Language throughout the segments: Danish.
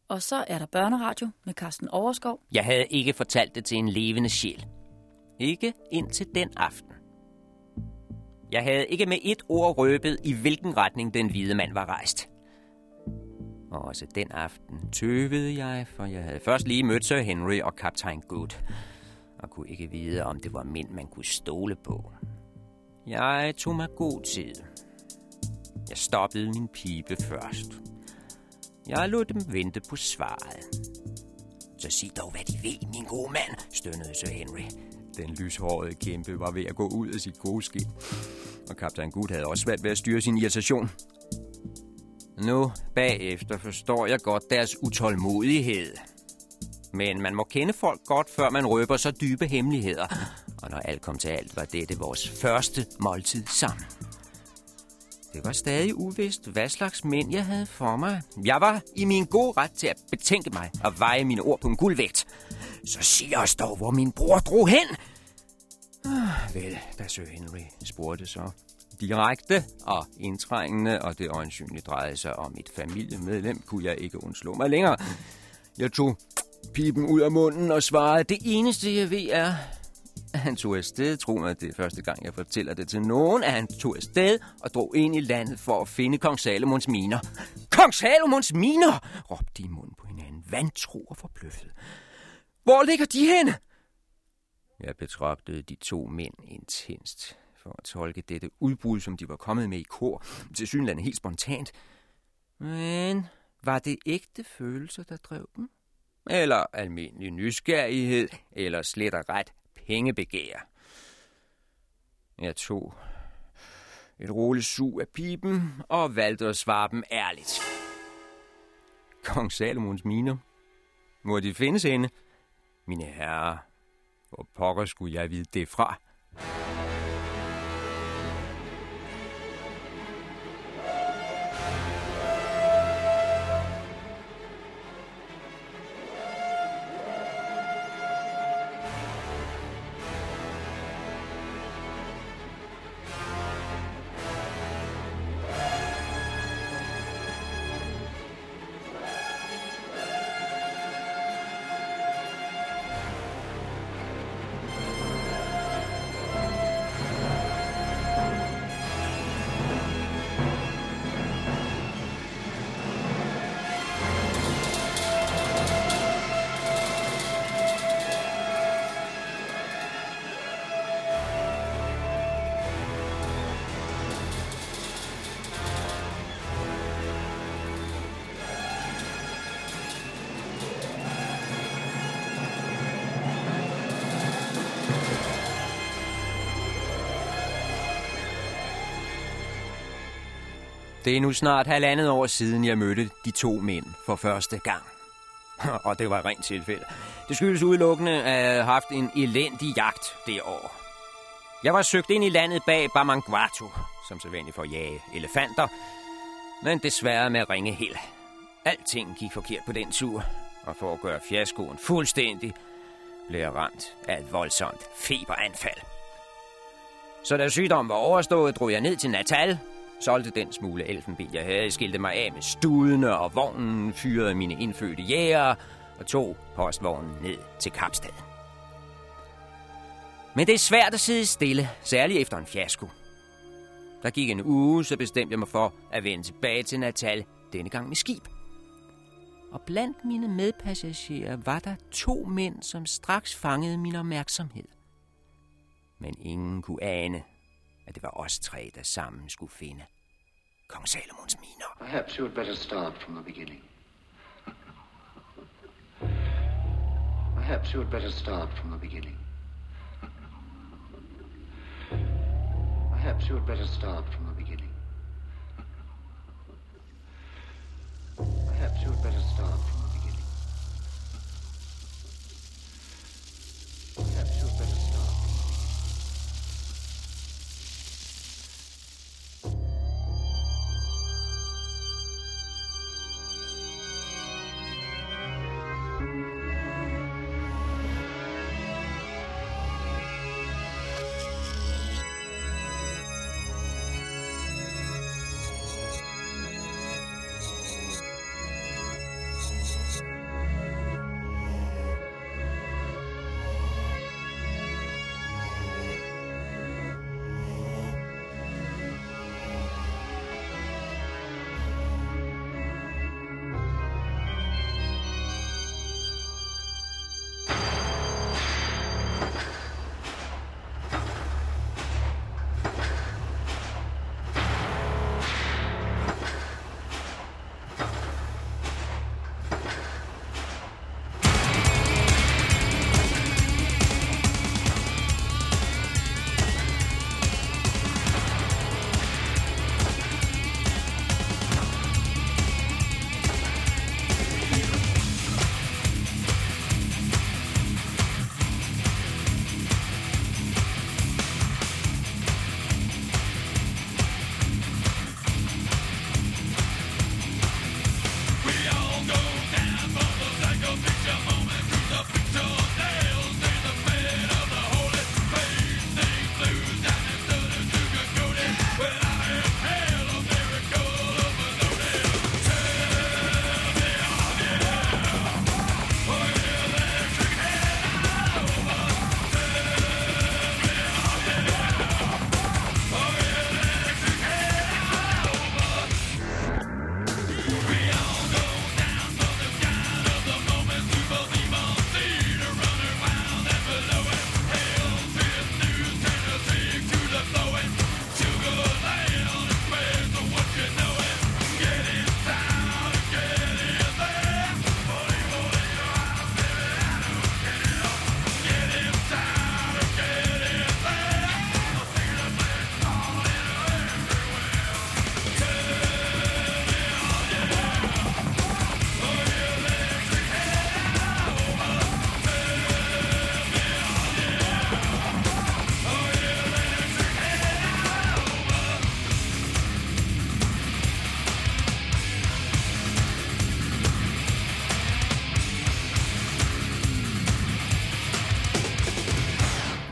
Og så er der børneradio med Carsten Overskov. Jeg havde ikke fortalt det til en levende sjæl. Ikke indtil den aften. Jeg havde ikke med et ord røbet, i hvilken retning den hvide mand var rejst. Og også den aften tøvede jeg, for jeg havde først lige mødt Sir Henry og kaptajn Good, og kunne ikke vide, om det var mænd, man kunne stole på. Jeg tog mig god tid. Jeg stoppede min pibe først. Jeg lod dem vente på svaret. Så sig dog, hvad de ved, min gode mand, stønnede Sir Henry. Den lyshårede kæmpe var ved at gå ud af sit gode skin, og kaptajn Good havde også svært ved at styre sin irritation. Nu, bagefter, forstår jeg godt deres utålmodighed. Men man må kende folk godt, før man røber så dybe hemmeligheder. Og når alt kom til alt, var dette vores første måltid sammen. Det var stadig uvist, hvad slags mænd jeg havde for mig. Jeg var i min gode ret til at betænke mig og veje mine ord på en guldvægt. Så sig os dog, hvor min bror drog hen. Vel, da Sir Henry spurgte så direkte og indtrængende, og det øjensynligt drejede sig om et familiemedlem, kunne jeg ikke undslå mig længere. Jeg tog piben ud af munden og svarede, det eneste jeg ved er, at han tog afsted. Tro mig, det er første gang, jeg fortæller det til nogen, at han tog afsted og drog ind i landet for at finde kong Salomons miner. Kong Salomons miner! Råbte de i munden på hinanden, vantro og forbløffet. Hvor ligger de henne? Jeg betragtede de to mænd intenst for at tolke dette udbrud, som de var kommet med i kor, tilsyneladende helt spontant. Men var det ægte følelser, der drev dem? Eller almindelig nysgerrighed, eller slet og ret pengebegær? Jeg tog et roligt sug af piben og valgte at svare dem ærligt. Kong Salomons miner. Hvor de findes henne? Mine herrer, hvor pokker skulle jeg vide det fra? Det er nu snart 1,5 år siden, jeg mødte de to mænd for første gang. Og det var et rent tilfælde. Det skyldes udelukkende, at jeg havde haft en elendig jagt det år. Jeg var søgt ind i landet bag Bamangwato, som sædvanligt for at jage elefanter, men desværre med ringe held. Alting gik forkert på den tur, og for at gøre fiaskoen fuldstændig, blev jeg ramt af et voldsomt feberanfald. Så da sygdommen var overstået, drog jeg ned til Natal, solgte den smule elfenben, jeg havde, skilte mig af med studene og vognen, fyrede mine indfødte jægere og tog postvognen ned til Kapstaden. Men det er svært at sidde stille, særligt efter en fiasko. Der gik en uge, så bestemte jeg mig for at vende tilbage til Natal, denne gang med skib. Og blandt mine medpassagerer var der 2 mænd, som straks fangede min opmærksomhed. Men ingen kunne ane, at det var os 3, der sammen skulle finde kong Salomons miner. Perhaps you had better start from the beginning. Perhaps you had better start from the beginning. Perhaps you had better start from the beginning. Perhaps you had better start from the beginning. Perhaps you had better start.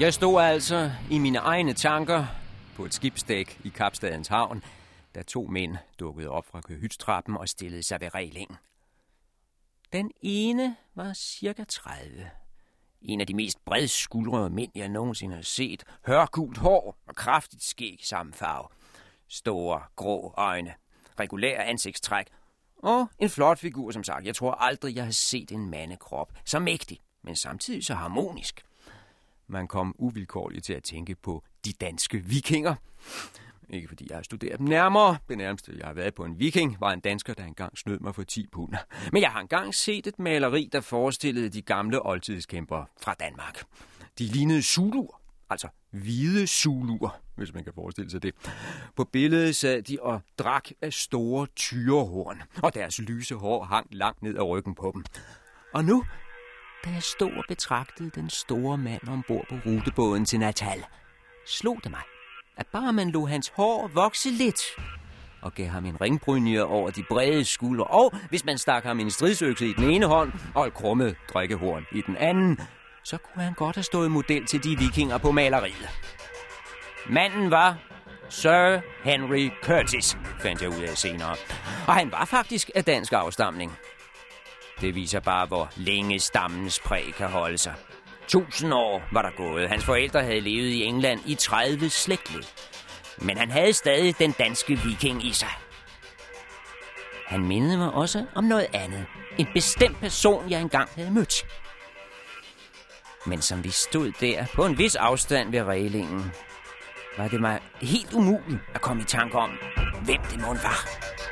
Jeg stod altså i mine egne tanker på et skibsdæk i Kapstadens havn, da 2 mænd dukkede op fra kahytstrappen og stillede sig ved reglingen. Den ene var cirka 30. En af de mest bredskuldrede mænd, jeg nogensinde har set. Hørgult hår og kraftigt skæg i samme farve. Store, grå øjne, regulære ansigtstræk og en flot figur, som sagt. Jeg tror aldrig, jeg har set en mandekrop så mægtig, men samtidig så harmonisk. Man kom uvilkårligt til at tænke på de danske vikinger. Ikke fordi jeg har studeret dem nærmere. Det nærmeste, jeg har været på en viking, var en dansker, der engang snød mig for 10 pund. Men jeg har engang set et maleri, der forestillede de gamle oldtidskæmpere fra Danmark. De lignede zuluer, altså hvide zuluer, hvis man kan forestille sig det. På billedet sad de og drak af store tyrehorn, og deres lyse hår hang langt ned ad ryggen på dem. Og nu, da jeg stod og betragtede den store mand ombord på rutebåden til Natal, slog det mig, at bare man lod hans hår vokse lidt og gav ham en ringbrynje over de brede skuldre, og hvis man stak ham en stridsøkse i den ene hånd og et krummet drikkehorn i den anden, så kunne han godt have stået model til de vikinger på maleriet. Manden var Sir Henry Curtis, fandt jeg ud af senere, og han var faktisk af dansk afstamning. Det viser bare, hvor længe stammens præg kan holde sig. 1000 år var der gået. Hans forældre havde levet i England i 30 slægtled. Men han havde stadig den danske viking i sig. Han mindede mig også om noget andet. En bestemt person, jeg engang havde mødt. Men som vi stod der på en vis afstand ved reglingen, var det mig helt umuligt at komme i tanke om, hvem det mon var.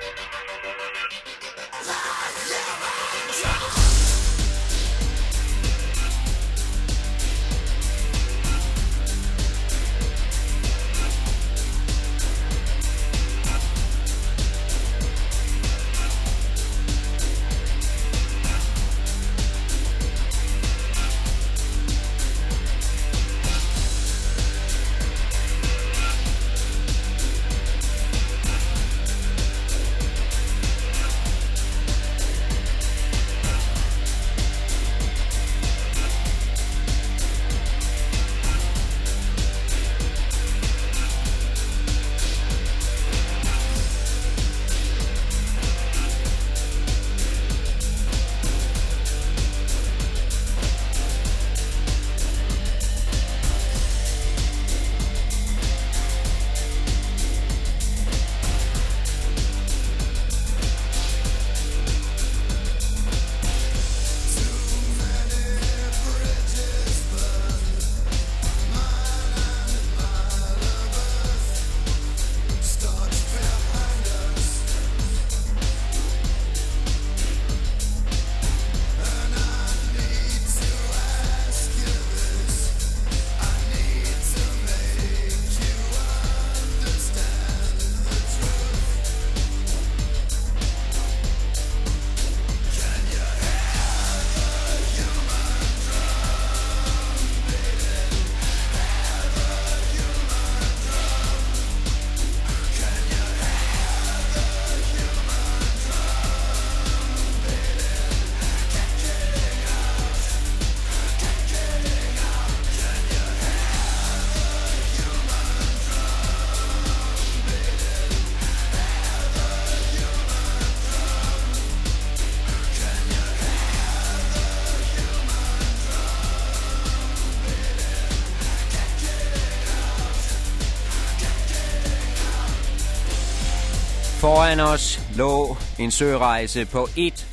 Foran os lå en sørejse på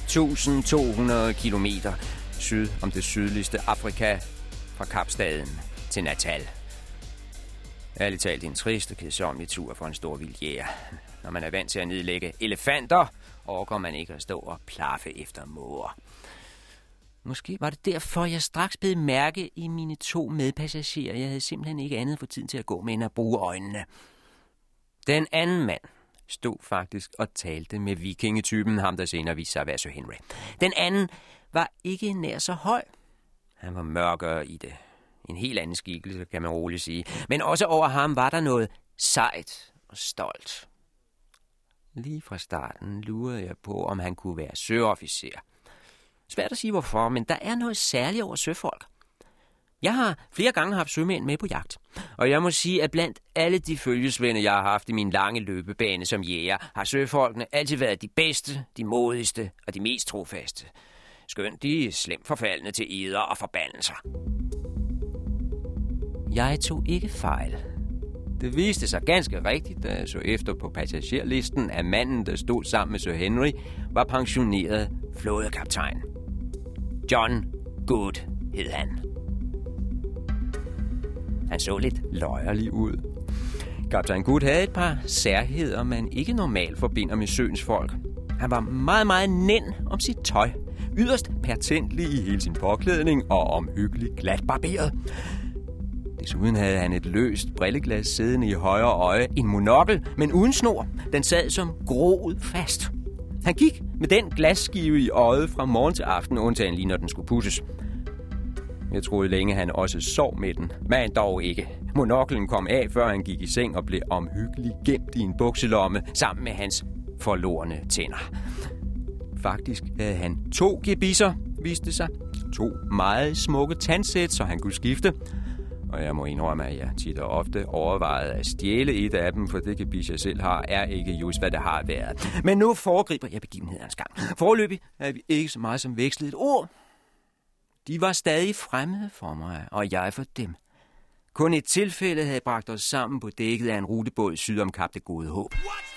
1200 kilometer syd om det sydligste Afrika, fra Kapstaden til Natal. Ærligt talt en trist og kedsommelig tur for en stor vildjæger. Når man er vant til at nedlægge elefanter, overgår man ikke at stå og plaffe efter måger. Måske var det derfor, jeg straks blev mærke i mine 2 medpassagerer. Jeg havde simpelthen ikke andet for tiden til at gå med end at bruge øjnene. Den anden mand stod faktisk og talte med vikingetypen, ham der senere viste sig at være Sir Henry. Den anden var ikke nær så høj. Han var mørkere i det. En helt anden skikkelse, kan man roligt sige. Men også over ham var der noget sejt og stolt. Lige fra starten lurede jeg på, om han kunne være søofficer. Svært at sige hvorfor, men der er noget særligt over søfolk. Jeg har flere gange haft sømænd med på jagt, og jeg må sige, at blandt alle de følgesvende, jeg har haft i min lange løbebane som jæger, har søfolkene altid været de bedste, de modigste og de mest trofaste. Skønt de er slemt forfaldne til eder og forbandelser. Jeg tog ikke fejl. Det viste sig ganske rigtigt, da jeg så efter på passagerlisten, at manden, der stod sammen med Sir Henry, var pensioneret flådekaptajn. John Good hed han. Han så lidt løjerlig ud. Kaptajn Good havde et par særheder, man ikke normalt forbinder med søens folk. Han var meget, meget nænd om sit tøj. Yderst pertentlig i hele sin påklædning og omhyggeligt glatbarberet. Desuden havde han et løst brilleglas siddende i højre øje, en monokkel, men uden snor. Den sad som groet fast. Han gik med den glasskive i øjet fra morgen til aften, undtagen lige når den skulle pudses. Jeg troede længe, han også sov med den, men dog ikke. Monoklen kom af, før han gik i seng og blev omhyggeligt gemt i en bukselomme sammen med hans forlorne tænder. Faktisk havde han 2 gebisser, viste det sig. 2 meget smukke tandsæt, så han kunne skifte. Og jeg må indrømme, at jeg tit og ofte overvejede at stjæle et af dem, for det gebis, jeg selv har, er ikke just, hvad det har været. Men nu foregriber jeg begivenhedernes gang. Foreløbig havde vi ikke så meget som vekslet et ord. De var stadig fremmede for mig, og jeg for dem. Kun et tilfælde havde bragt os sammen på dækket af en rutebåd syd om Kap Det Gode Håb.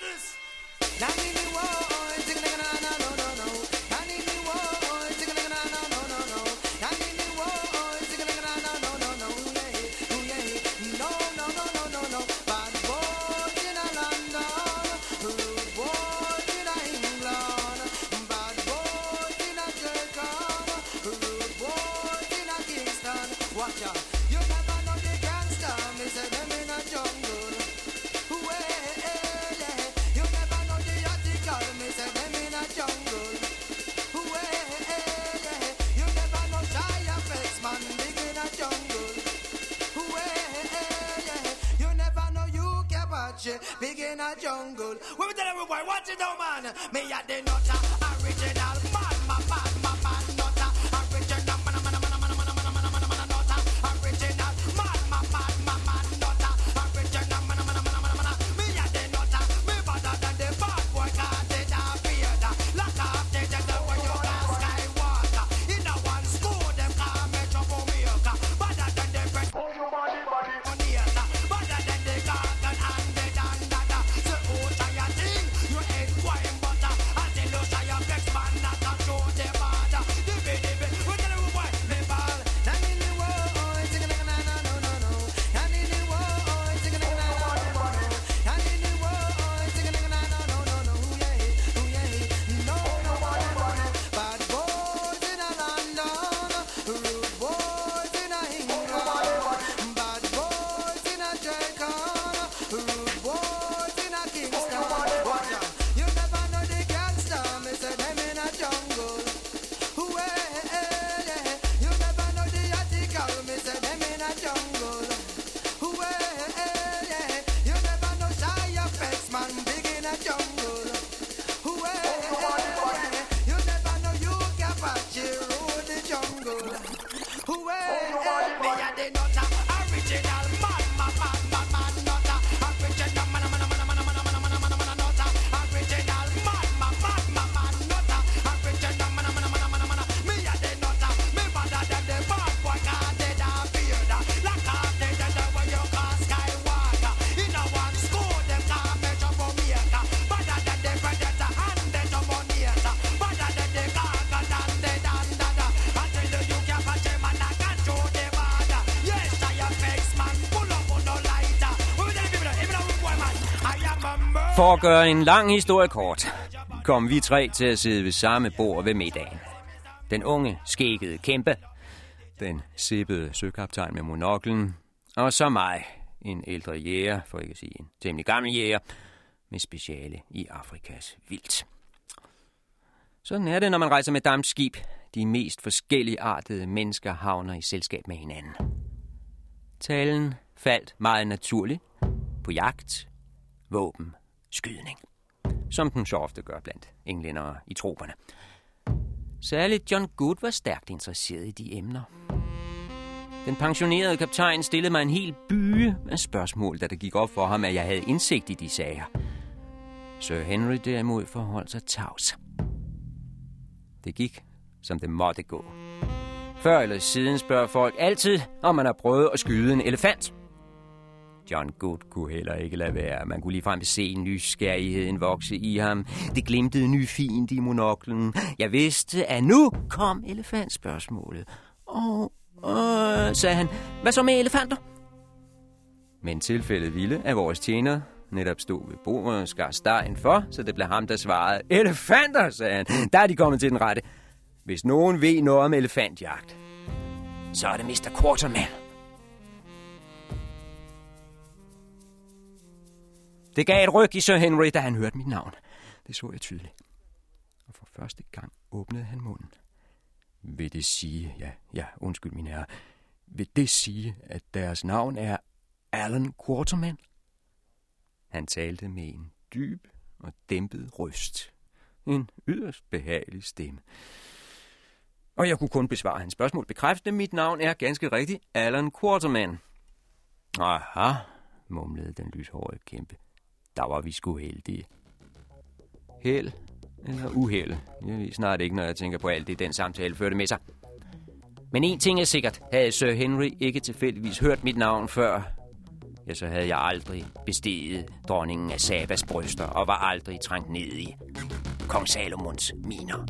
Big in a jungle. When we tell everybody, watch it out, man. Me at the nutter, original man, man, nutter, original man, nutter, original man, nutter, original man. Me at the nutter, me better than the bad boy, 'cause they don't fear that. Lock up the when you can Skywalker. In a one school, them call me trouble maker. Better than the bread. Oh, your body. Better than the garden and the dandada. So, oh, try a thing. You ain't quite butter. I tell you, try a flex man, not a show the border. The baby, we tell you what, the ball. Down in the world, sing it no. Down in the world, sing it no. Down in the world, sing it no. No. Bad boys in a London, rude boys in a England, bad boys in a Jamaica, rude boys in a Kingston. Watch out, you never know the gangster, me say them in a jungle. You never know the article, me say them in a jungle. You never know shy effects, man, big in a jungle. You never know you can patch rule the jungle. Me a the nutter, original man, nutter, original man, nutter, original man, nutter, original man. Me a the nutter, me better than the bad boy, 'cause they don't fear that. Lock up the when you call Skywalker. In a one school, them call me trouble maker. Better than the predator and the dominator. Better than the gargan and the dandada. I tell you, you can't patch him and I can't show the border. Yes, I am X man, pull up on no lighter. What we tell people, even a boy man, I am a murderer. For at gøre en lang historie kort, kom vi 3 til at sidde ved samme bord ved middagen. Den unge, skæggede kæmpe, den sippede søkaptajn med monoklen, og så mig, en ældre jæger, for ikke at sige en temmelig gammel jæger, med speciale i Afrikas vildt. Sådan er det, når man rejser med dampskib. De mest forskellige artede mennesker havner i selskab med hinanden. Talen faldt meget naturligt på jagt, våben, skydning, som den så ofte gør blandt englændere i troperne. Særligt John Good var stærkt interesseret i de emner. Den pensionerede kaptajn stillede mig en hel byge af spørgsmål, da det gik op for ham, at jeg havde indsigt i de sager. Sir Henry derimod forholdt sig tavs. Det gik, som det måtte gå. Før eller siden spørger folk altid, om man har prøvet at skyde en elefant. John Good kunne heller ikke lade være. Man kunne ligefrem se nysgerrigheden vokse i ham. Det glimtede nyfint i monoklen. Jeg vidste, at nu kom elefantspørgsmålet. Sagde han, hvad så med elefanter? Men tilfældet ville, at vores tjener netop stod ved bordet og skar stegen for, så det blev ham, der svarede, elefanter, sagde han. Der er de kommet til den rette. Hvis nogen ved noget om elefantjagt, så er det Mr. Quarterman. Det gav et ryg i Sir Henry, da han hørte mit navn. Det så jeg tydeligt. Og for første gang åbnede han munden. Vil det sige, undskyld min herre, vil det sige, at deres navn er Allan Quarterman? Han talte med en dyb og dæmpet røst. En yderst behagelig stemme. Og jeg kunne kun besvare hans spørgsmål. Bekræfte, mit navn er ganske rigtigt Allan Quarterman. Aha, mumlede den lyshårede kæmpe. Der var vi sgu heldige. Held eller uheld? Jeg ved snart ikke, når jeg tænker på alt det, den samtale førte med sig. Men en ting er sikkert. Havde Sir Henry ikke tilfældigvis hørt mit navn før, så havde jeg aldrig besteget dronningen af Sabas bryster og var aldrig trængt ned i kong Salomons miner.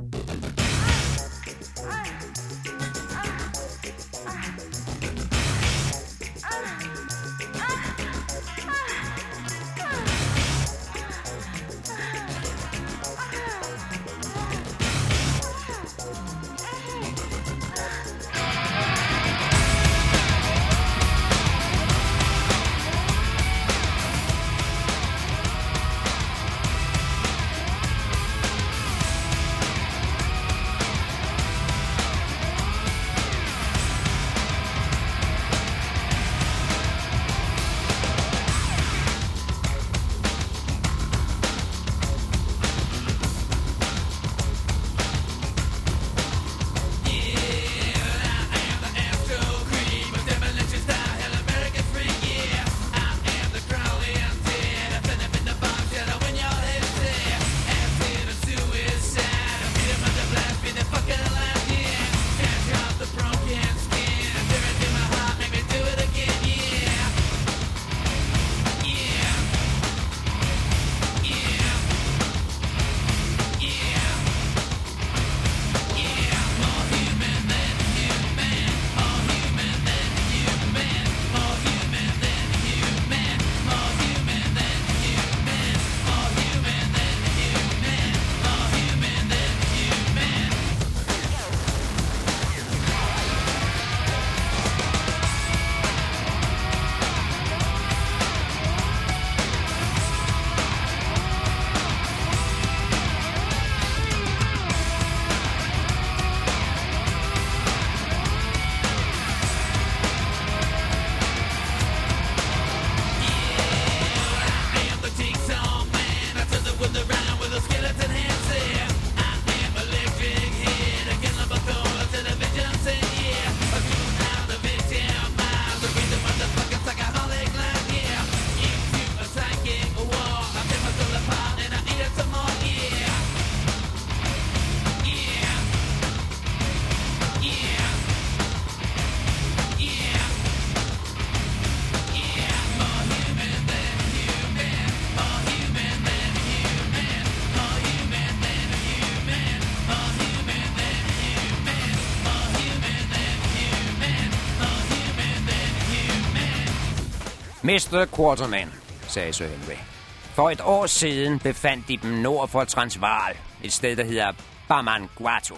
Mr. Quarterman, sagde Sir Henry. For et år siden befandt de dem nord for Transvaal, et sted, der hedder Bamangwato.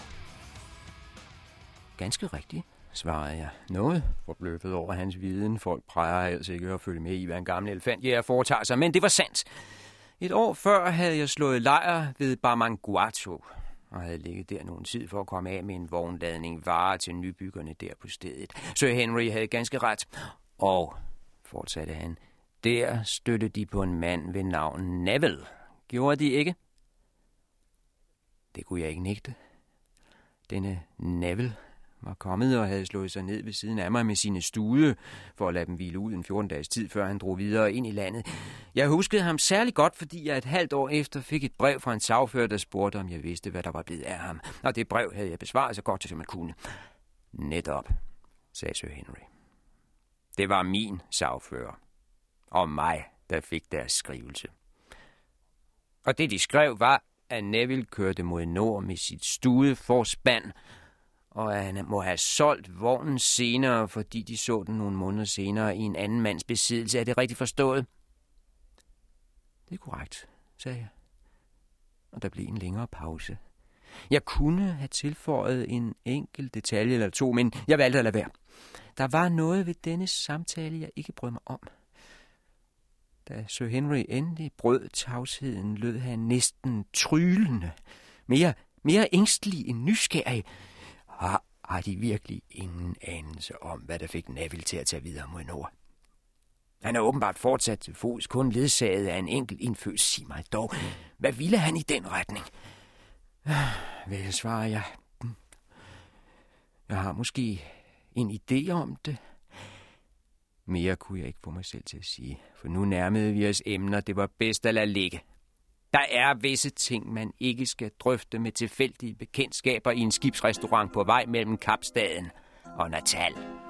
Ganske rigtigt, svarede jeg. Noget forbløffet over hans viden. Folk præger altså ikke at følge med i, hvad en gammel elefantjæger foretager sig, men det var sandt. Et år før havde jeg slået lejr ved Bamangwato, og havde ligget der nogen tid for at komme af med en vognladning varer til nybyggerne der på stedet. Sir Henry havde ganske ret, og, fortsatte han, der støttede de på en mand ved navn Neville. Gjorde de ikke? Det kunne jeg ikke nægte. Denne Neville var kommet og havde slået sig ned ved siden af mig med sine stude, for at lade dem hvile ud en 14-dages tid, før han drog videre ind i landet. Jeg huskede ham særlig godt, fordi jeg et halvt år efter fik et brev fra en sagfører, der spurgte, om jeg vidste, hvad der var blevet af ham. Og det brev havde jeg besvaret så godt, som jeg kunne. Netop, sagde Sir Henry. Det var min sagfører, og mig, der fik deres skrivelse. Og det, de skrev, var, at Neville kørte mod nord med sit stude forspand, og at han må have solgt vognen senere, fordi de så den nogle måneder senere i en anden mands besiddelse. Er det rigtigt forstået? Det er korrekt, sagde jeg. Og der blev en længere pause. Jeg kunne have tilføjet en enkelt detalje eller to, men jeg valgte at lade være. Der var noget ved denne samtale, jeg ikke brød mig om. Da Sir Henry endelig brød tavsheden, lød han næsten tryllende. Mere ængstelig end nysgerrig. Har de virkelig ingen anelse om, hvad der fik Neville til at tage videre mod nord? Han er åbenbart fortsat til fods, kun ledsaget af en enkelt indfødt. Sig mig dog, hvad ville han i den retning? Vel, svarer jeg. Jeg har måske en idé om det. Mere kunne jeg ikke få mig selv til at sige, for nu nærmede vi os emner, det var bedst at lade ligge. Der er visse ting, man ikke skal drøfte med tilfældige bekendtskaber i en skibsrestaurant på vej mellem Kapstaden og Natal.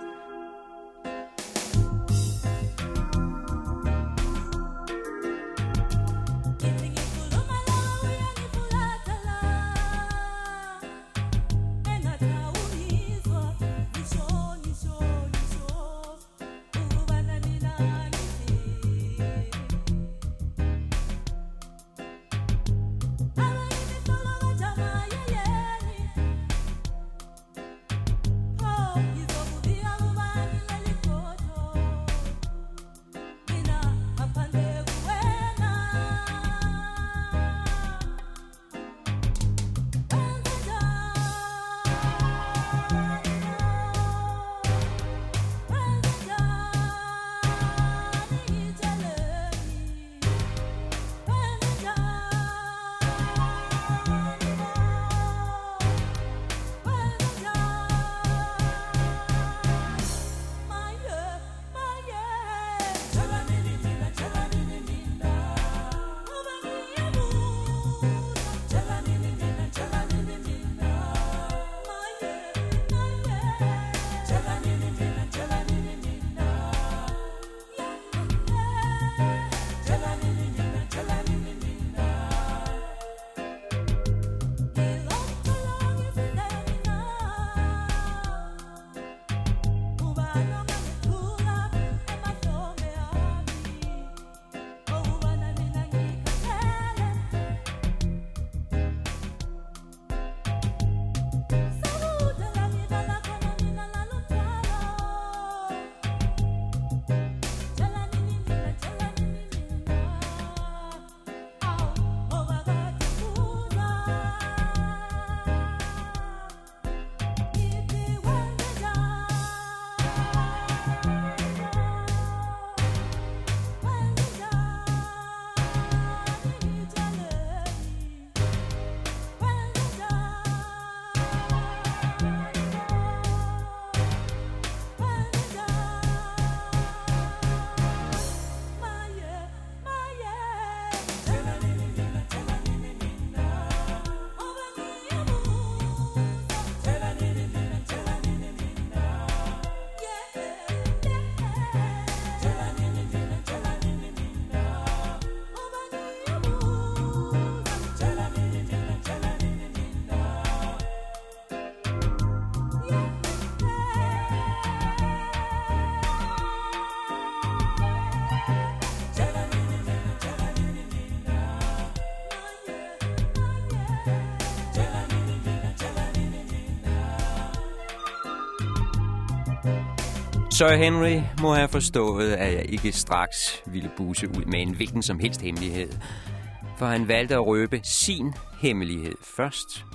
Sir Henry må have forstået, at jeg ikke straks ville buse ud med en hvilken som helst hemmelighed, for han valgte at røbe sin hemmelighed først.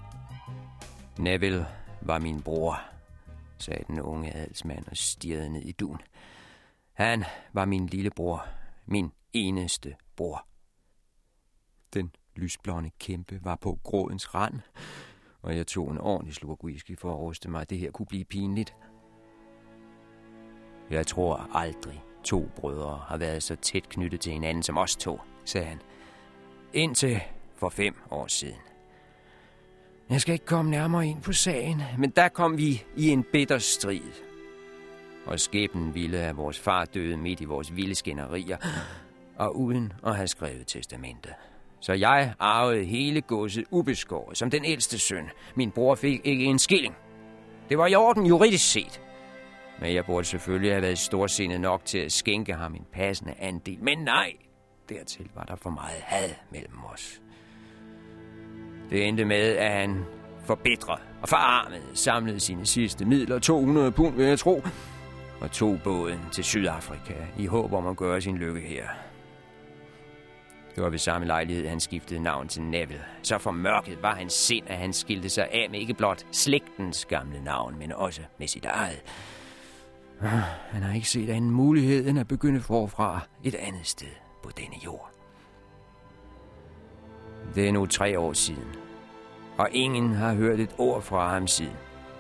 Neville var min bror, sagde den unge adelsmand og stirrede ned i dun. Han var min lillebror, min eneste bror. Den lysblonde kæmpe var på grådens rand, og jeg tog en ordentlig slurk whisky for at ruste mig, at det her kunne blive pinligt. Jeg tror aldrig 2 brødre har været så tæt knyttet til hinanden som os 2, sagde han. Indtil for 5 år siden. Jeg skal ikke komme nærmere ind på sagen, men der kom vi i en bitter strid. Og skæbnen ville, at vores far døde midt i vores vilde skænderier, og uden at have skrevet testamentet. Så jeg arvede hele godset ubeskåret som den ældste søn. Min bror fik ikke en skilling. Det var i orden juridisk set. Men jeg burde selvfølgelig have været storsindet nok til at skænke ham en passende andel. Men nej, dertil var der for meget had mellem os. Det endte med, at han forbitret og forarmet samlede sine sidste midler, 200 pund, vil jeg tro, og tog båden til Sydafrika i håb om at gøre sin lykke her. Det var ved samme lejlighed, han skiftede navn til Neville. Så formørket var hans sind, at han skilte sig af med ikke blot slægtens gamle navn, men også med sit eget. Han har ikke set anden mulighed end at begynde forfra et andet sted på denne jord. Det er nu 3 år siden, og ingen har hørt et ord fra ham siden.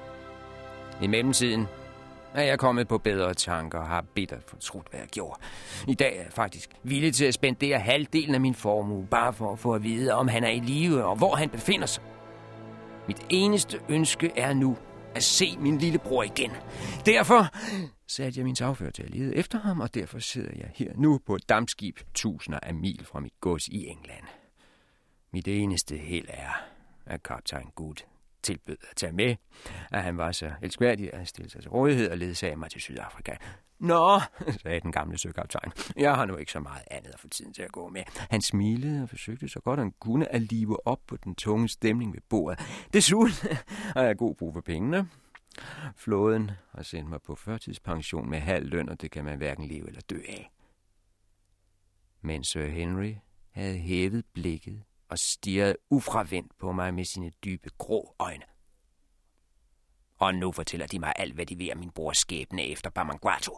I mellemtiden er jeg kommet på bedre tanker og har bittert fortrudt, hvad jeg gjorde. I dag er jeg faktisk villig til at spendere halvdelen af min formue, bare for at få at vide, om han er i live og hvor han befinder sig. Mit eneste ønske er nu at se min lillebror igen. Derfor satte jeg min sagfører til at lede efter ham, og derfor sidder jeg her nu på et dampskib tusinder af mil fra mit gods i England. Mit eneste held er, at kaptajn Good tilbød at tage med, at han var så elskværdig at stille sig til rådighed og ledsage mig til Sydafrika. Nå, sagde den gamle søkaptajn. Jeg har nu ikke så meget andet at få tiden til at gå med. Han smilede og forsøgte så godt han kunne at live op på den tunge stemning ved bordet. Desuden har jeg god brug for pengene. Flåden har sendt mig på førtidspension med halv løn, og det kan man hverken leve eller dø af. Men Sir Henry havde hævet blikket og stirrede ufravendt på mig med sine dybe grå øjne. Og nu fortæller de mig alt, hvad de ved om min brors skæbne efter Bamangwato.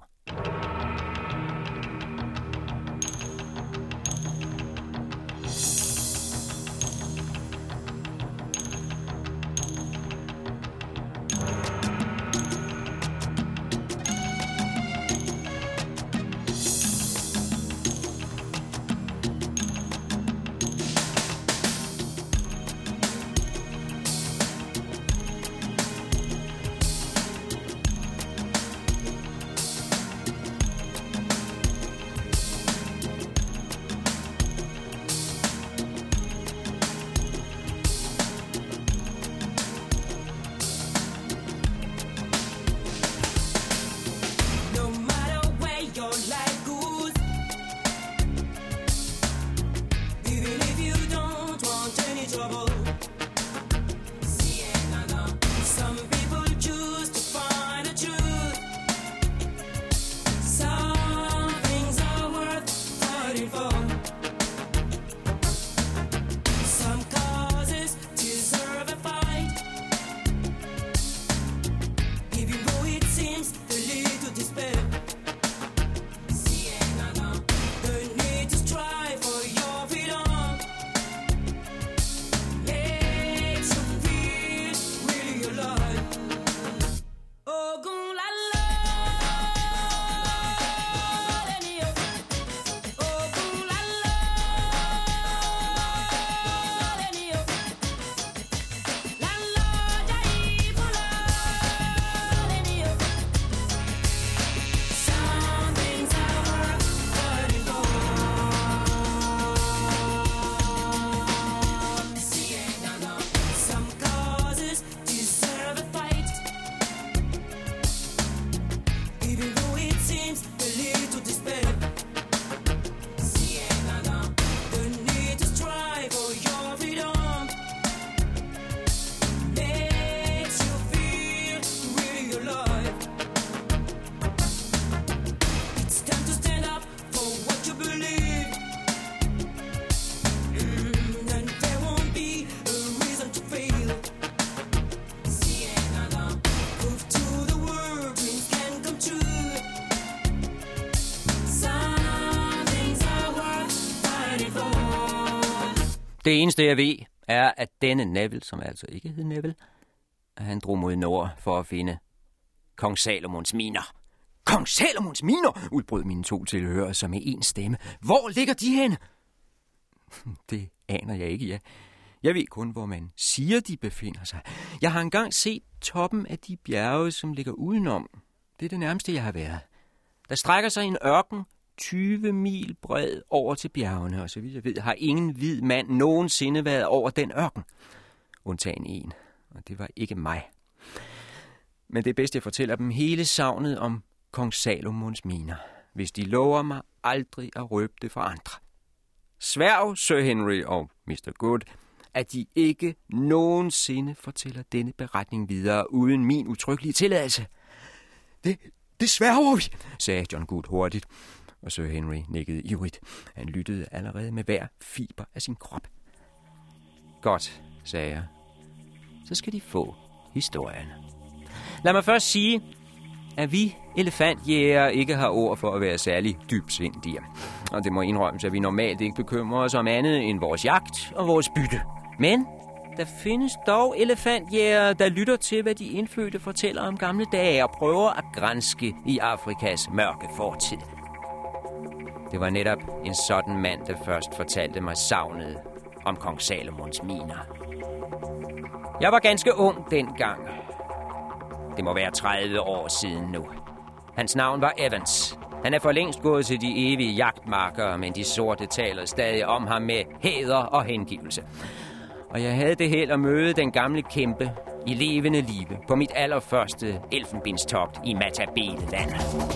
Det eneste, jeg ved, er, at denne Neville, som altså ikke hed Neville, han drog mod nord for at finde Kong Salomons miner. Kong Salomons miner, udbrød mine 2 tilhører så med en stemme. Hvor ligger de henne? Det aner jeg ikke, ja. Jeg ved kun, hvor man siger, de befinder sig. Jeg har engang set toppen af de bjerge, som ligger udenom. Det er det nærmeste, jeg har været. Der strækker sig en ørken 20 mil bred over til bjergene, og så vidt jeg ved, har ingen hvid mand nogensinde været over den ørken. Undtagen en, og det var ikke mig. Men det er bedst, jeg fortæller dem hele sagnet om Kong Salomons miner, hvis de lover mig aldrig at røbe det for andre. Sværg, Sir Henry og Mr. Good, at de ikke nogensinde fortæller denne beretning videre uden min utryggelige tilladelse. Det sværger vi, sagde John Good hurtigt, og Sir Henry nikkede ivrigt. Han lyttede allerede med hver fiber af sin krop. Godt, sagde jeg. Så skal de få historien. Lad mig først sige, at vi elefantjæger ikke har ord for at være særlig dybsindige. Og det må indrømmes, at vi normalt ikke bekymrer os om andet end vores jagt og vores bytte. Men der findes dog elefantjæger, der lytter til, hvad de indfødte fortæller om gamle dage og prøver at granske i Afrikas mørke fortid. Det var netop en sådan mand, der først fortalte mig sagnet om kong Salomons miner. Jeg var ganske ung dengang. Det må være 30 år siden nu. Hans navn var Evans. Han er for længst gået til de evige jagtmarker, men de sorte taler stadig om ham med hæder og hengivelse. Og jeg havde det held at møde den gamle kæmpe i levende live på mit allerførste elfenbenstogt i Matabeleland.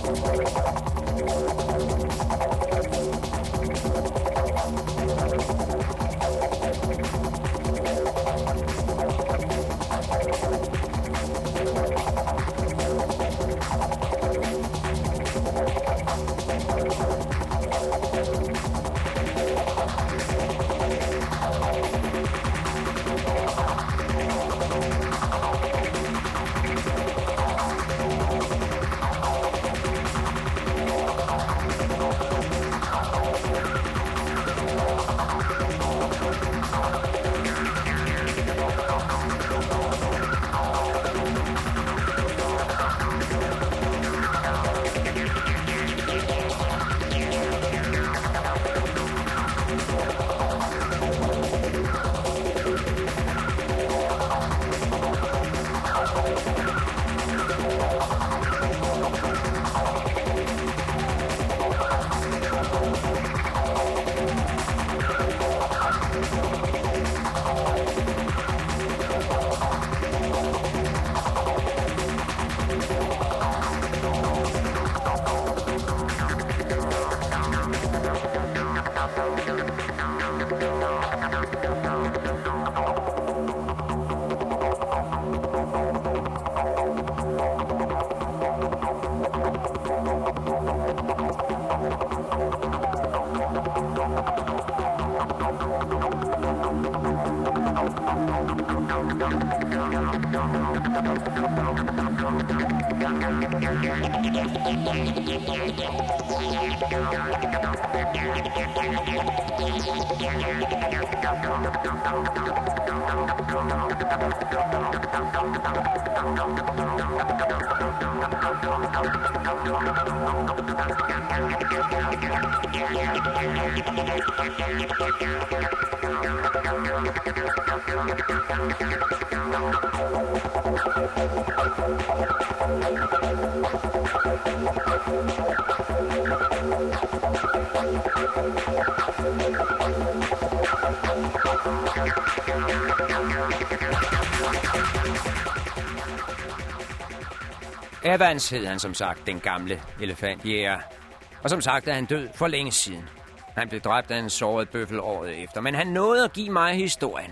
Evans hed han som sagt, den gamle elefantjæger. Og som sagt er han død for længe siden. Han blev dræbt af en såret bøffel året efter, men han nåede at give mig historien.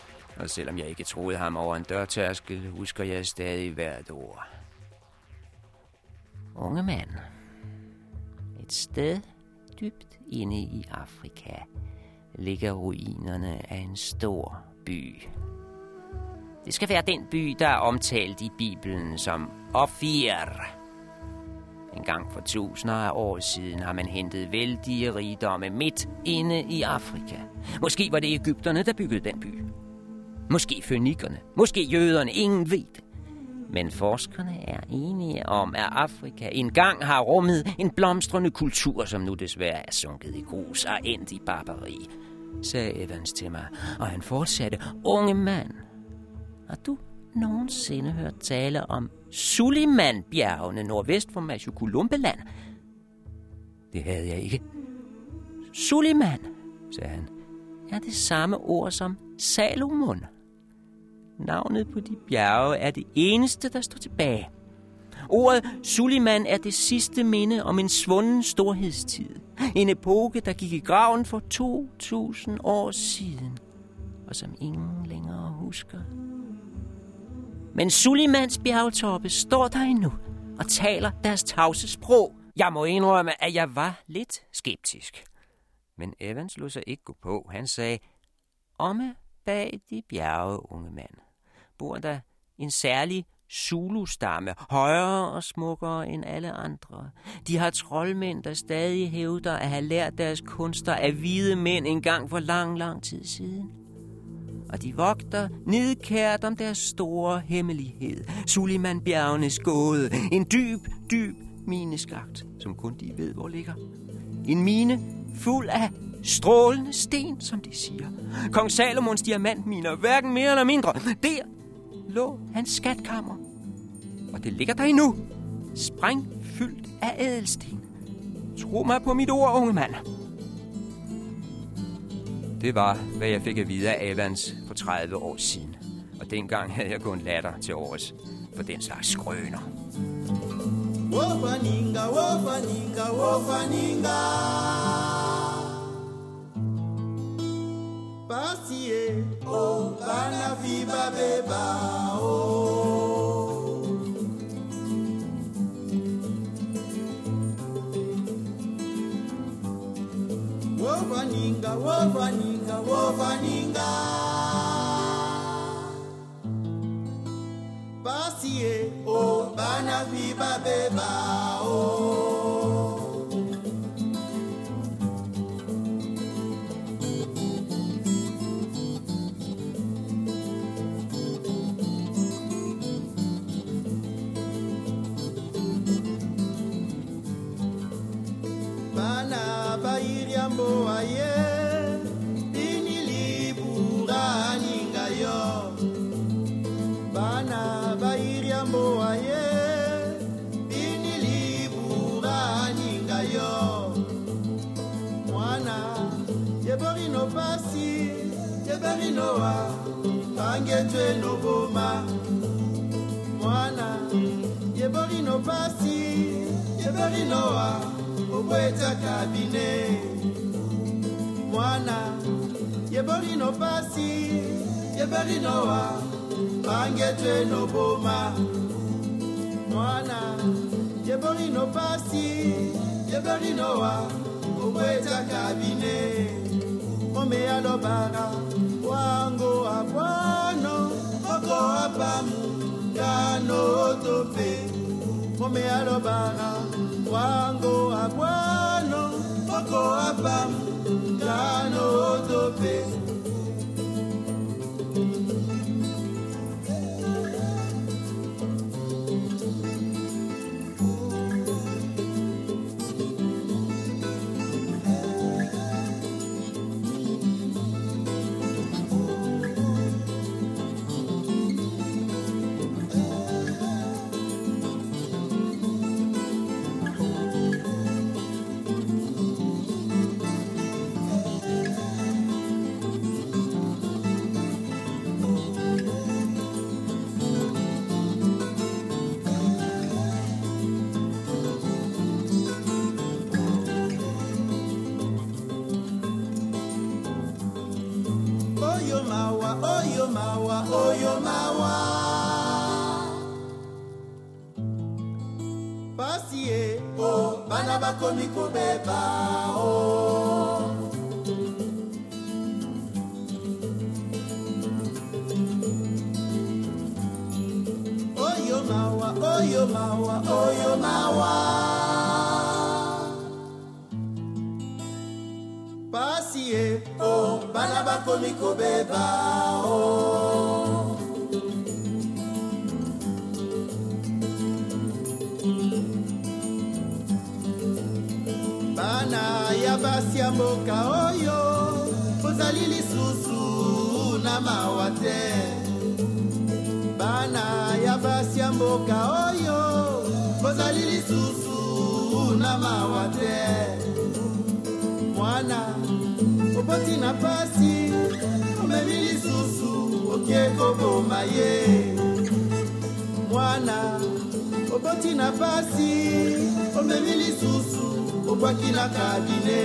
Og selvom jeg ikke troede ham over en dørtærskel, husker jeg stadig hvert ord. Unge mand. Et sted dybt inde i Afrika ligger ruinerne af en stor by. Det skal være den by, der er omtalt i Bibelen som Ophir. En gang for tusinder af år siden har man hentet vældige rigdomme midt inde i Afrika. Måske var det egypterne, der byggede den by. Måske fønikerne, måske jøderne, ingen ved det. Men forskerne er enige om, at Afrika engang har rummet en blomstrende kultur, som nu desværre er sunket i grus og endt i barbari, sagde Evans til mig, og han fortsatte: unge mand, har du nogensinde hørt tale om Suliman-bjergene nordvest for Mashokulumpeland? Det havde jeg ikke. Suliman, sagde han, er det samme ord som Salomon. Navnet på de bjerge er det eneste, der står tilbage. Ordet Suliman er det sidste minde om en svunden storhedstid. En epoke, der gik i graven for 2000 år siden, og som ingen længere husker. Men Sulimans bjergtoppe står der endnu og taler deres tavse sprog. Jeg må indrømme, at jeg var lidt skeptisk. Men Evans lod sig ikke gå på. Han sagde: omme bag de bjerge, unge mand, bor der en særlig Zulu-stamme, højere og smukkere end alle andre. De har troldmænd, der stadig hævder at have lært deres kunster af hvide mænd engang for lang, lang tid siden. Og de vogter nidkært om deres store hemmelighed, Suliman-bjergenes gåde, en dyb, dyb mineskakt, som kun de ved, hvor ligger. En mine fuld af strålende sten, som de siger. Kong Salomons diamantminer, hverken mere eller mindre. Der lå hans skatkammer, og det ligger der endnu, sprængfyldt af ædelsten. Tro mig på mit ord, unge mand. Det var, hvad jeg fik at vide af Evans for 30 år siden, og dengang havde jeg gået latter til års for den slags skrøner. Wofaninga, wofaninga, wofaninga. Pasie, oh, bana fiba beba, oh. Wofaninga, wofaninga, wofaninga. Pasie, oh, bana fiba beba, oh. Bana bairiambo aye, inilibura ninga yo. Bana bairiambo aye, inilibura ninga yo. Mwana yeborino pasi, yeborino wa, pangetwe no boma. Mwana yeborino pasi, yeborino wa, obweta kabine. Mwana yeborino pasi, yeborino wa, pangetwe no boma. Mwana yeborino pasi, yeborino wa, obweta kabine. Ome alobara wango abwano, oko apamu kano otope. Ome alobara wango abwano, oko apamu kano otope. Oyo mawa, oyo mawa, oyo mawa. Pasie, oh, bana bakomi kobeba, oh. Oyo mawa, oyo mawa, oyo mawa. Pasie, oh, bana bakomi kobeba bana ya basi ya mboka oyo bozali lisusu na mawa te bana ya basi ya mboka oyo bozali lisusu na mawa te mwana oboti na pasi omemi lisusu okie koboma ye mwana oboti na pasi omemi lisusu obwaki na kabine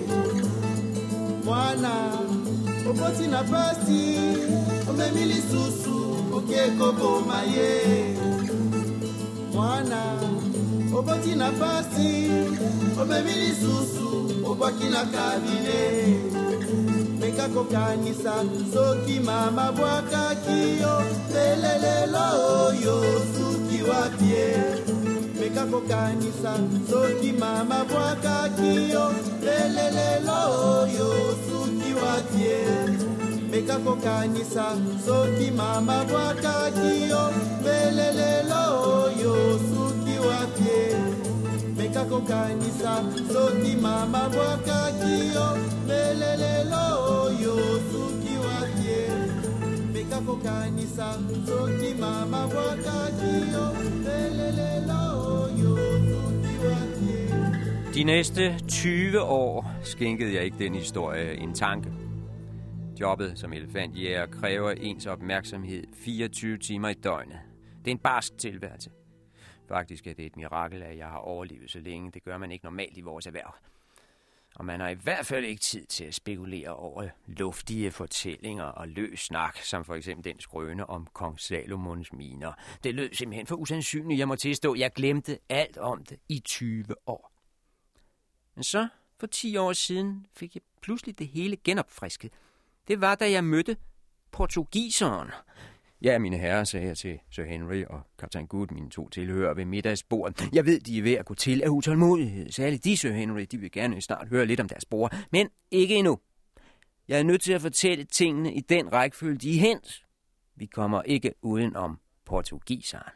mwana oboti na pasi omemi lisusu okie koboma ye mwana oboti na pasi omemi lisusu obwaki na kabine meka kokanisa soki mama bwakaki yo lelelelo oyo suki wapie meka kokanisa soki mama bwakaki yo lelelelo oyo suki wapie meka kokanisa soki mama bwakaki yo lelelelo oyo suki wapie meka kokanisa soki mama bwakaki yo lelelelo oyo suki wapie meka kokanisa soki mama bwakaki yo lelelelo oyo suki wapie. De næste 20 år skænkede jeg ikke den historie en tanke. Jobbet som elefantjæger kræver ens opmærksomhed 24 timer i døgnet. Det er en barsk tilværelse. Faktisk er det et mirakel, at jeg har overlevet så længe. Det gør man ikke normalt i vores erhverv. Og man har i hvert fald ikke tid til at spekulere over luftige fortællinger og løs snak, som for eksempel den skrøne om kong Salomons miner. Det lød simpelthen for usandsynligt, jeg må tilstå. Jeg glemte alt om det i 20 år. Men så, for 10 år siden, fik jeg pludselig det hele genopfrisket. Det var, da jeg mødte portugiseren. Ja, mine herrer, sagde jeg til Sir Henry og kaptajn Good, mine 2 tilhører ved middagsbordet. Jeg ved, de er ved at gå til af utålmodighed. Særligt de, Sir Henry, de vil gerne snart høre lidt om deres bror. Men ikke endnu. Jeg er nødt til at fortælle tingene i den rækkefølge, de er hent. Vi kommer ikke uden om portugiseren.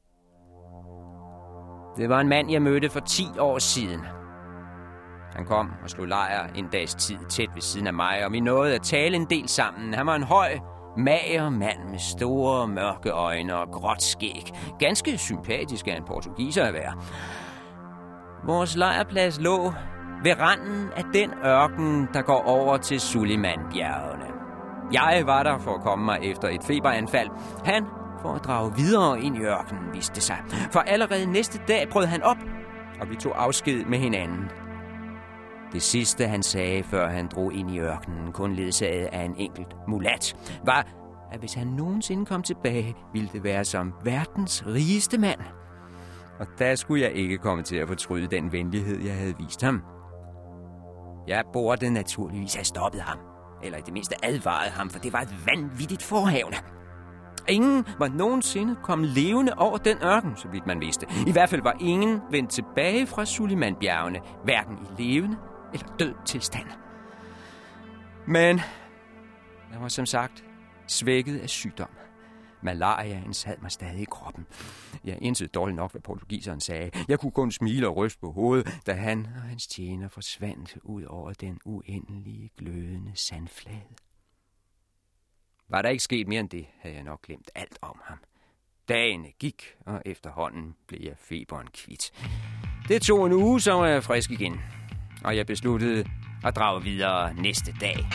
Det var en mand, jeg mødte for 10 år siden. Han kom og slog lejr en dags tid tæt ved siden af mig, og vi nåede at tale en del sammen. Han var en høj, mager mand med store, mørke øjne og gråt skæg. Ganske sympatisk af en portugiser at være. Vores lejrplads lå ved randen af den ørken, der går over til Suliman-bjergene. Jeg var der for at komme mig efter et feberanfald. Han for at drage videre ind i ørkenen, viste sig. For allerede næste dag brød han op, og vi tog afsked med hinanden. Det sidste, han sagde, før han drog ind i ørkenen, kun ledsaget af en enkelt mulat, var, at hvis han nogensinde kom tilbage, ville det være som verdens rigeste mand. Og der skulle jeg ikke komme til at fortryde den venlighed, jeg havde vist ham. Jeg burde naturligvis have stoppet ham, eller i det mindste advaret ham, for det var et vanvittigt forhavne. Ingen var nogensinde kommet levende over den ørken, så vidt man vidste. I hvert fald var ingen vendt tilbage fra Suliman-bjergene, hverken i levende eller død tilstand. Men jeg var som sagt svækket af sygdom. Malariaen sad mig stadig i kroppen. Jeg indså dårligt nok, hvad portugiseren sagde. Jeg kunne kun smile og ryste på hovedet, da han og hans tjener forsvandt ud over den uendelige glødende sandflade. Var der ikke sket mere end det, havde jeg nok glemt alt om ham. Dagene gik, og efterhånden blev jeg feberen kvit. Det tog en uge, så var jeg frisk igen. Og jeg besluttede at drage videre næste dag.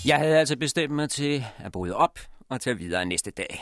Jeg havde altså bestemt mig til at bryde op og tage videre næste dag.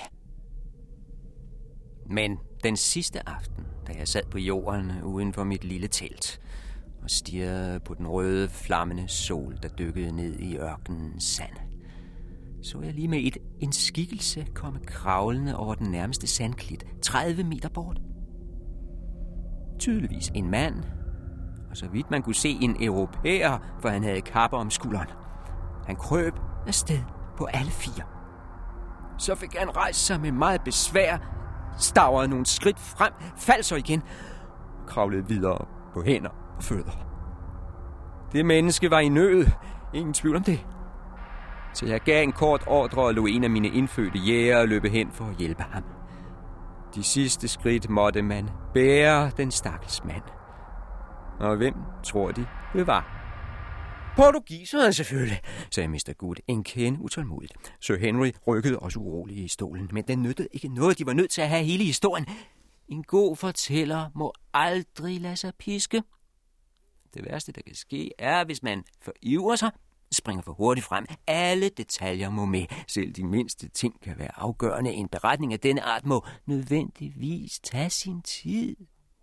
Men den sidste aften, da jeg sad på jorden uden for mit lille telt og stirrede på den røde, flammende sol, der dykkede ned i ørkenens sand, så jeg lige med en skikkelse komme kravlende over den nærmeste sandklit, 30 meter bort. Tydeligvis en mand, og så vidt man kunne se en europæer, for han havde kappe om skulderen. Han krøb afsted på alle 4. Så fik han rejst sig med meget besvær, stavrede nogle skridt frem, faldt så igen, kravlede videre på hænder og fødder. Det menneske var i nød, ingen tvivl om det. Så jeg gav en kort ordre og lod en af mine indfødte jægere løbe hen for at hjælpe ham. De sidste skridt måtte man bære den stakkels mand. Og hvem tror de, det var? Portugiseren selvfølgelig, sagde Mr. Good, en kende utålmodigt. Sir Henry rykkede også uroligt i stolen, men den nyttede ikke noget. De var nødt til at have hele historien. En god fortæller må aldrig lade sig piske. Det værste, der kan ske, er, hvis man forivrer sig, springer for hurtigt frem. Alle detaljer må med. Selv de mindste ting kan være afgørende. En beretning af denne art må nødvendigvis tage sin tid.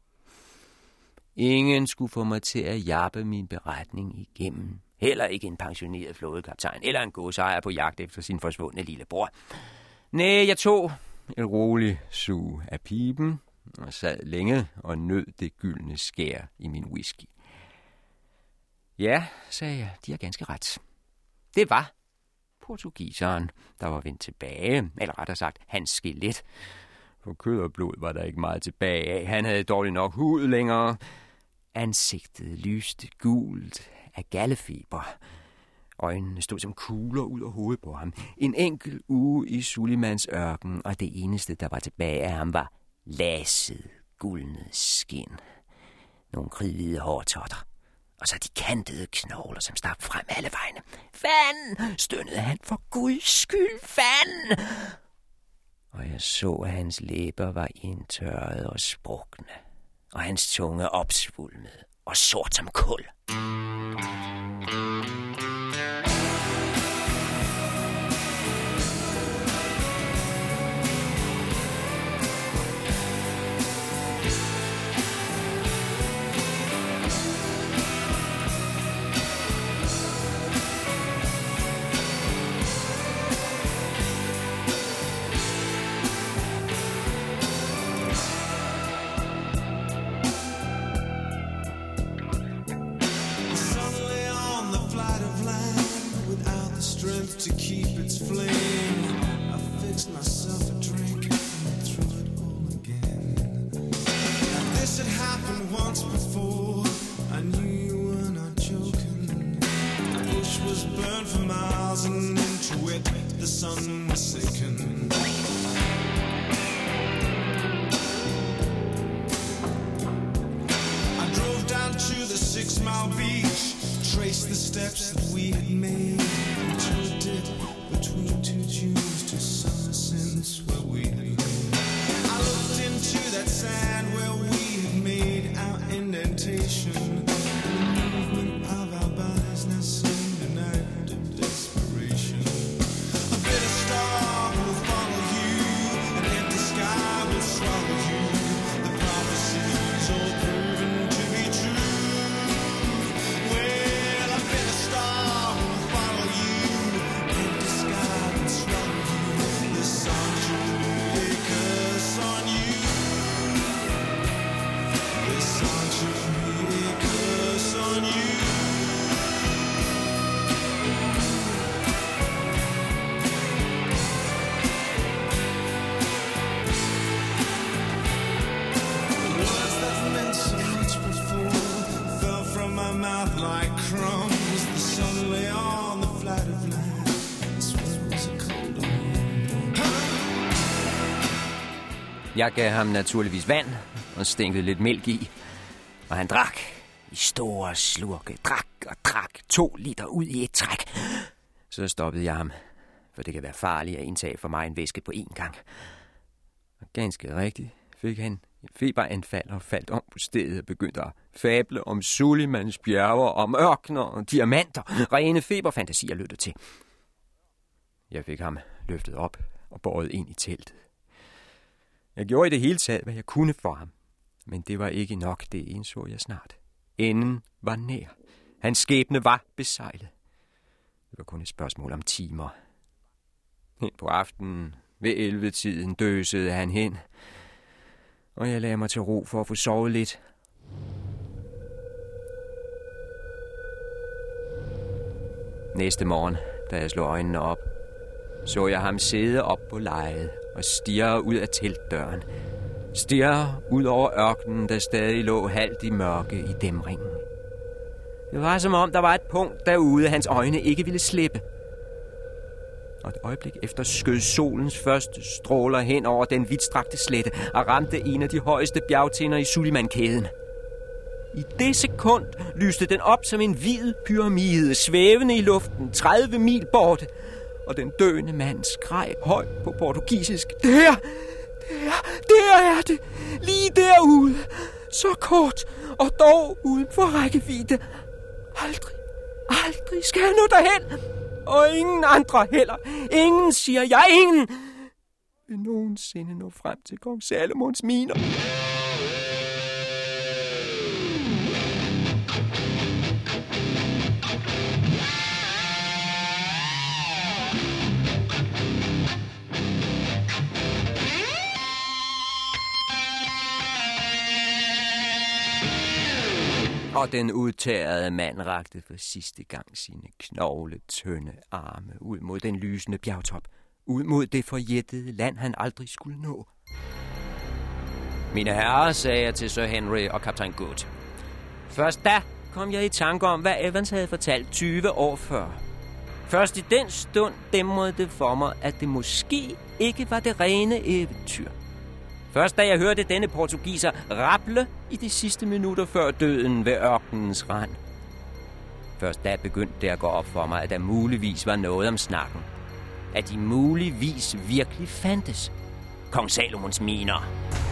Ingen skulle få mig til at jappe min beretning igennem. Heller ikke en pensioneret flådekaptajn eller en godsejer på jagt efter sin forsvundne lillebror. Nej, jeg tog et roligt sug af piben og sad længe og nød det gyldne skær i min whisky. Ja, sagde jeg, de har ganske ret. Det var portugiseren, der var vendt tilbage, eller rettere sagt, hans skelet. For kød og blod var der ikke meget tilbage af. Han havde dårligt nok hud længere. Ansigtet lyste gult af gallefeber. Øjnene stod som kugler ud af hovedet på ham. En enkelt uge i Sulimans ørken, og det eneste, der var tilbage af ham, var laset, guldnet skin. Nogle kridhvide hårtotter. Og så de kantede knogler, som stak frem alle vegne. Vand! Stønnede han, for Guds skyld, vand! Og jeg så, at hans læber var indtørrede og sprukne, og hans tunge opsvulmet og sort som kul. To keep its flame, I fixed myself a drink and threw it all again. Now this had happened once before. I knew you were not joking. The bush was burned for miles, and into it the sun was sinking. I drove down to the 6-mile beach, traced the steps that we had made. Between 2 Jews to summer since where we had lain. I looked into that sand where we had made our indentation. The movement of our bodies now seemed an act of desperation. A bitter storm will follow you, an empty sky will swallow you. The prophecies all proven to be true. Well, a bitter storm will follow you. Like crumbs, the sun lay on the flat of land. This was a cold one. Jeg gav ham naturligvis vand og stænkede lidt mælk i, og han drak i store slurke, drak 2 liter ud i et træk. Så stoppede jeg ham, for det kan være farligt at indtage for mig en væske på én gang. Og ganske rigtigt fik han et feberanfald og faldt om på stedet og begyndte at fable om Sulimans bjerge, om ørkener og diamanter. Rene feberfantasier lød det til. Jeg fik ham løftet op og båret ind i teltet. Jeg gjorde i det hele taget, hvad jeg kunne for ham. Men det var ikke nok, det indså jeg snart. Enden var nær. Hans skæbne var besejlet. Det var kun et spørgsmål om timer. Hen på aftenen ved 11-tiden døsede han hen, og jeg lagde mig til ro for at få sovet lidt. Næste morgen, da jeg slog øjnene op, så jeg ham sidde op på lejet og stirre ud af teltdøren. Stirre ud over ørkenen, der stadig lå halvt i mørke i dæmringen. Det var som om, der var et punkt derude, hans øjne ikke ville slippe. Og et øjeblik efter skød solens første stråler hen over den vidtstrakte slette og ramte en af de højeste bjergtinder i Suliman-kæden. I det sekund lyste den op som en hvid pyramide, svævende i luften, 30 mil borte. Og den døende mand skreg højt på portugisisk. Der er det, lige derude. Så kort, og dog uden for rækkevidde. Aldrig skal jeg nå derhen. Og ingen andre heller. Ingen, siger jeg, ingen vil nogensinde nå frem til kong Salomons miner. Og den udtærede mand rakte for sidste gang sine knogletynde arme ud mod den lysende bjergtop. Ud mod det forjættede land, han aldrig skulle nå. Mine herrer, sagde jeg til Sir Henry og kaptajn Good. Først da kom jeg i tanke om, hvad Evans havde fortalt 20 år før. Først i den stund dæmrede det for mig, at det måske ikke var det rene eventyr. Først da jeg hørte denne portugiser raple i de sidste minutter før døden ved ørkenens rand. Først da begyndte det at gå op for mig, at der muligvis var noget om snakken. At de muligvis virkelig fandtes. Kong Salomons miner.